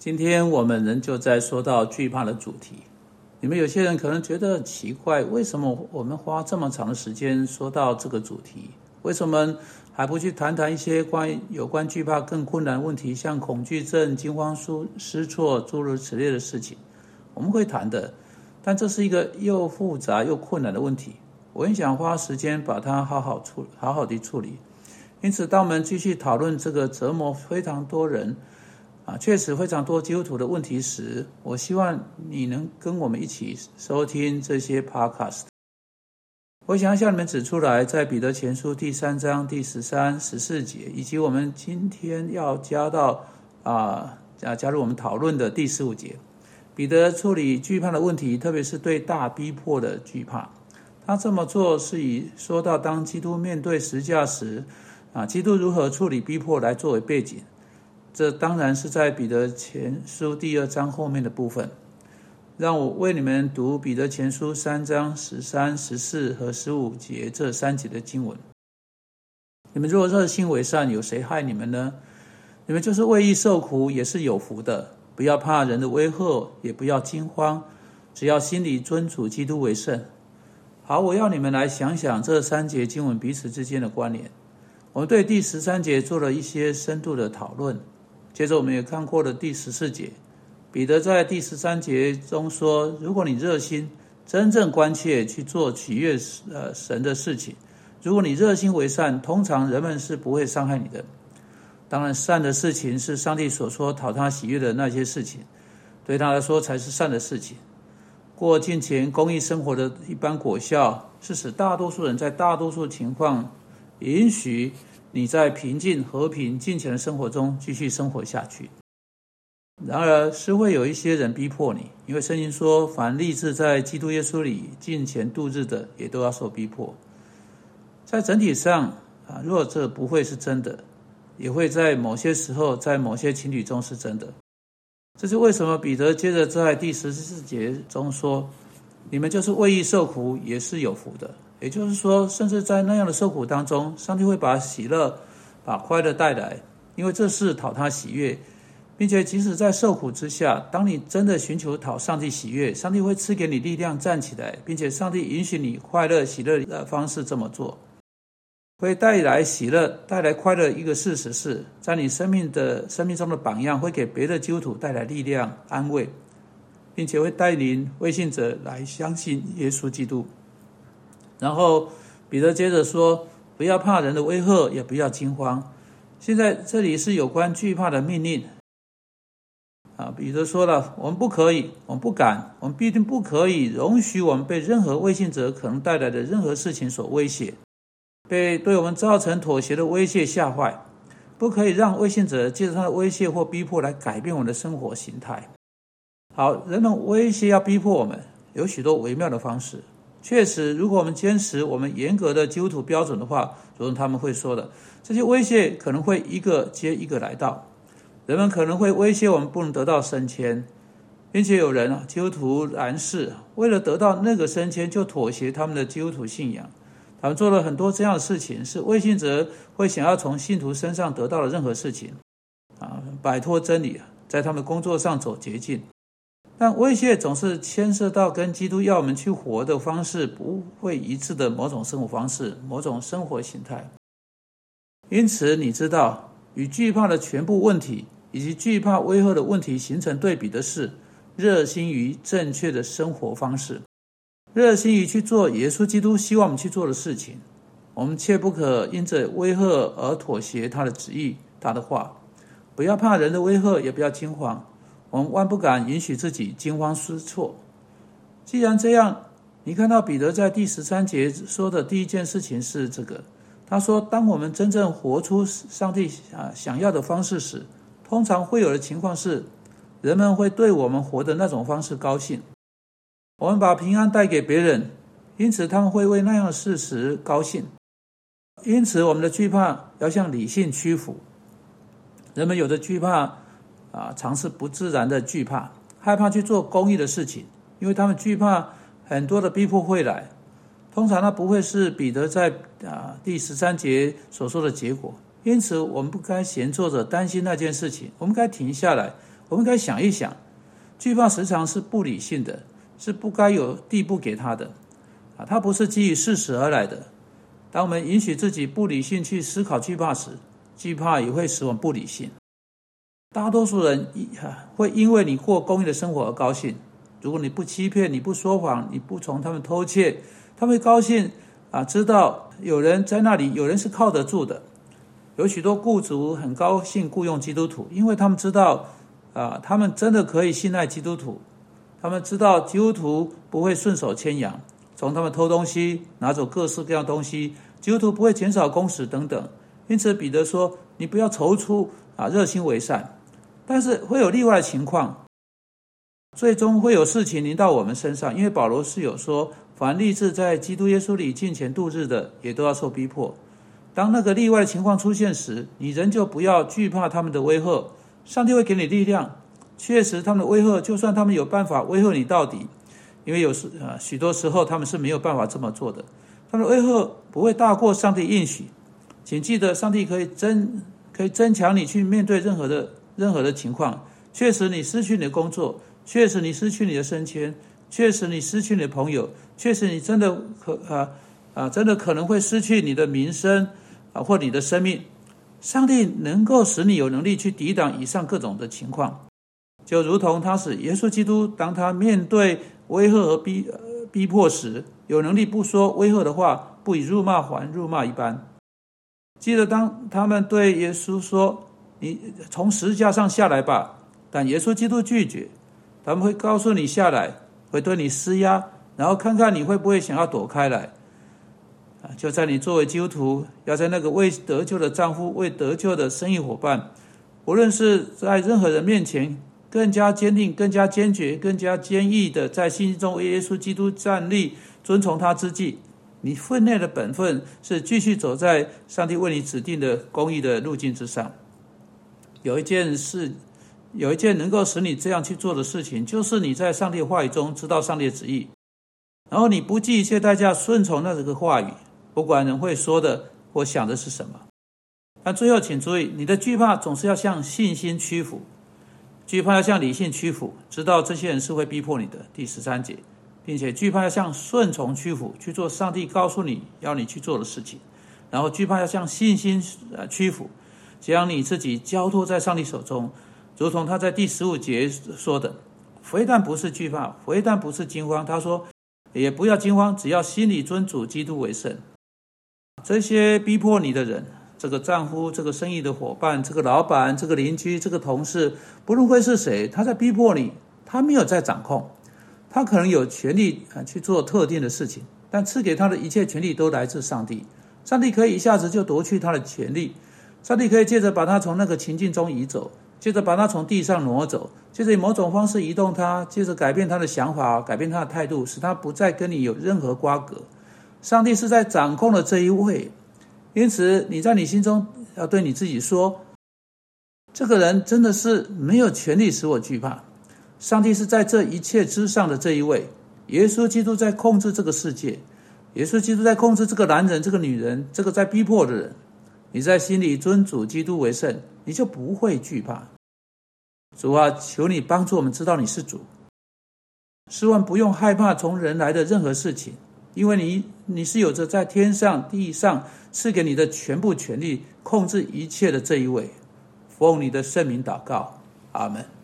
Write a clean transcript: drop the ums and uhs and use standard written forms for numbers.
今天我们仍旧在说到惧怕的主题。你们有些人可能觉得很奇怪，为什么我们花这么长的时间说到这个主题？为什么还不去谈谈一些有关惧怕更困难的问题，像恐惧症、惊慌失措诸如此类的事情？我们会谈的，但这是一个又复杂又困难的问题。我很想花时间把它好好的处理。因此，当我们继续讨论这个折磨非常多人确实非常多基督徒的问题时，我希望你能跟我们一起收听这些 podcast。 我想向你们指出来，在彼得前书第3章第13、14节，以及我们今天要加入我们讨论的第15节，彼得处理惧怕的问题，特别是对大逼迫的惧怕。他这么做是以说到当基督面对十字架时基督如何处理逼迫来作为背景。这当然是在彼得前书第2章后面的部分。让我为你们读彼得前书3章13、14和15节这3节的经文。你们若热心为善，有谁害你们呢？你们就是为义受苦，也是有福的。不要怕人的威吓，也不要惊慌，只要心里尊主基督为圣。好，我要你们来想想这3节经文彼此之间的关联。我们对第13节做了一些深度的讨论。接着我们也看过了第14节，彼得在第13节中说，如果你热心真正关切去做取悦神的事情，如果你热心为善，通常人们是不会伤害你的。当然善的事情是上帝所说讨他喜悦的那些事情，对他来说才是善的事情。过敬虔公义生活的一般果效，是使大多数人在大多数情况允许你在平静、和平、敬虔的生活中继续生活下去。然而是会有一些人逼迫你，因为圣经说，凡立志在基督耶稣里敬虔度日的，也都要受逼迫。在整体上若这不会是真的，也会在某些时候在某些情侣中是真的。这是为什么彼得接着在第14节中说，你们就是为义受苦，也是有福的。也就是说，甚至在那样的受苦当中，上帝会把喜乐、把快乐带来，因为这是讨他喜悦。并且即使在受苦之下，当你真的寻求讨上帝喜悦，上帝会赐给你力量站起来，并且上帝允许你快乐喜乐的方式这么做。会带来喜乐、带来快乐一个事实是，在你生命中的榜样会给别的基督徒带来力量、安慰，并且会带领未信者来相信耶稣基督。然后彼得接着说，不要怕人的威吓，也不要惊慌。现在这里是有关惧怕的命令彼得说了，我们不可以，我们不敢，我们必定不可以容许我们被任何未信者可能带来的任何事情所威胁，被对我们造成妥协的威胁吓坏。不可以让未信者借着他的威胁或逼迫来改变我们的生活形态。好，人们威胁要逼迫我们，有许多微妙的方式。确实，如果我们坚持我们严格的基督徒标准的话，如同他们会说的，这些威胁可能会一个接一个来到。人们可能会威胁我们不能得到升迁，并且有人基督徒男士为了得到那个升迁，就妥协他们的基督徒信仰。他们做了很多这样的事情，是未信者会想要从信徒身上得到的任何事情摆脱真理，在他们工作上走捷径。但威胁总是牵涉到跟基督要我们去活的方式不会一致的某种生活方式、某种生活形态。因此你知道，与惧怕的全部问题以及惧怕威吓的问题形成对比的是热心于正确的生活方式，热心于去做耶稣基督希望我们去做的事情。我们切不可因着威吓而妥协他的旨意、他的话。不要怕人的威吓，也不要惊慌。我们万不敢允许自己惊慌失措。既然这样，你看到彼得在第13节说的第一件事情是这个。他说，当我们真正活出上帝想要的方式时，通常会有的情况是，人们会对我们活的那种方式高兴。我们把平安带给别人，因此他们会为那样的事实高兴。因此我们的惧怕要向理性屈服。人们有的惧怕常是不自然的惧怕，害怕去做公义的事情，因为他们惧怕很多的逼迫会来。通常那不会是彼得在第13节所说的结果。因此我们不该闲坐着担心那件事情，我们该停下来， 我们该想一想，惧怕时常是不理性的，是不该有地步给他的它不是基于事实而来的。当我们允许自己不理性去思考惧怕时，惧怕也会使我们不理性。大多数人会因为你过公义的生活而高兴。如果你不欺骗，你不说谎，你不从他们偷窃，他们会高兴知道有人在那里，有人是靠得住的。有许多雇主很高兴雇用基督徒，因为他们知道他们真的可以信赖基督徒。他们知道基督徒不会顺手牵羊，从他们偷东西，拿走各式各样东西，基督徒不会减少工时等等。因此彼得说，你不要踌躇热心为善。但是会有例外的情况，最终会有事情临到我们身上，因为保罗是有说，凡立志在基督耶稣里敬虔度日的，也都要受逼迫。当那个例外的情况出现时，你仍旧不要惧怕他们的威吓，上帝会给你力量。确实他们的威吓，就算他们有办法威吓你到底，因为许多时候他们是没有办法这么做的，他们的威吓不会大过上帝应许。请记得，上帝可以增强你去面对任何的情况。确实你失去你的工作，确实你失去你的升迁，确实你失去你的朋友，确实你真的可能会失去你的名声或你的生命。上帝能够使你有能力去抵挡以上各种的情况，就如同他使耶稣基督当他面对威吓和逼迫时，有能力不说威吓的话，不以辱骂还辱骂一般。记得当他们对耶稣说，你从十字架上下来吧，但耶稣基督拒绝。他们会告诉你下来，会对你施压，然后看看你会不会想要躲开来。就在你作为基督徒，要在那个未得救的丈夫，未得救的生意伙伴，无论是在任何人面前，更加坚定，更加坚决，更加坚毅的在心中为耶稣基督站立，遵从他之际，你分内的本分是继续走在上帝为你指定的公义的路径之上。有一件能够使你这样去做的事情，就是你在上帝的话语中知道上帝的旨意，然后你不计一切代价顺从那个话语，不管人会说的或想的是什么。但最后请注意，你的惧怕总是要向信心屈服，惧怕要向理性屈服，知道这些人是会逼迫你的。第13节，并且惧怕要向顺从屈服，去做上帝告诉你要你去做的事情。然后惧怕要向信心屈服，将你自己交托在上帝手中，如同他在第15节说的，非但不是惧怕，非但不是惊慌，他说也不要惊慌，只要心里尊主基督为圣。这些逼迫你的人，这个丈夫，这个生意的伙伴，这个老板，这个邻居，这个同事，不论会是谁，他在逼迫你，他没有在掌控，他可能有权利去做特定的事情，但赐给他的一切权利都来自上帝。上帝可以一下子就夺去他的权利，上帝可以接着把他从那个情境中移走，接着把他从地上挪走，接着以某种方式移动他，接着改变他的想法，改变他的态度，使他不再跟你有任何瓜葛。上帝是在掌控的这一位，因此你在你心中要对你自己说，这个人真的是没有权利使我惧怕。上帝是在这一切之上的这一位，耶稣基督在控制这个世界，耶稣基督在控制这个男人，这个女人，这个在逼迫的人。你在心里尊主基督为圣，你就不会惧怕。主啊，求你帮助我们知道你是主，使我们不用害怕从人来的任何事情，因为你是有着在天上地上赐给你的全部权力，控制一切的这一位。奉你的圣名祷告，阿们。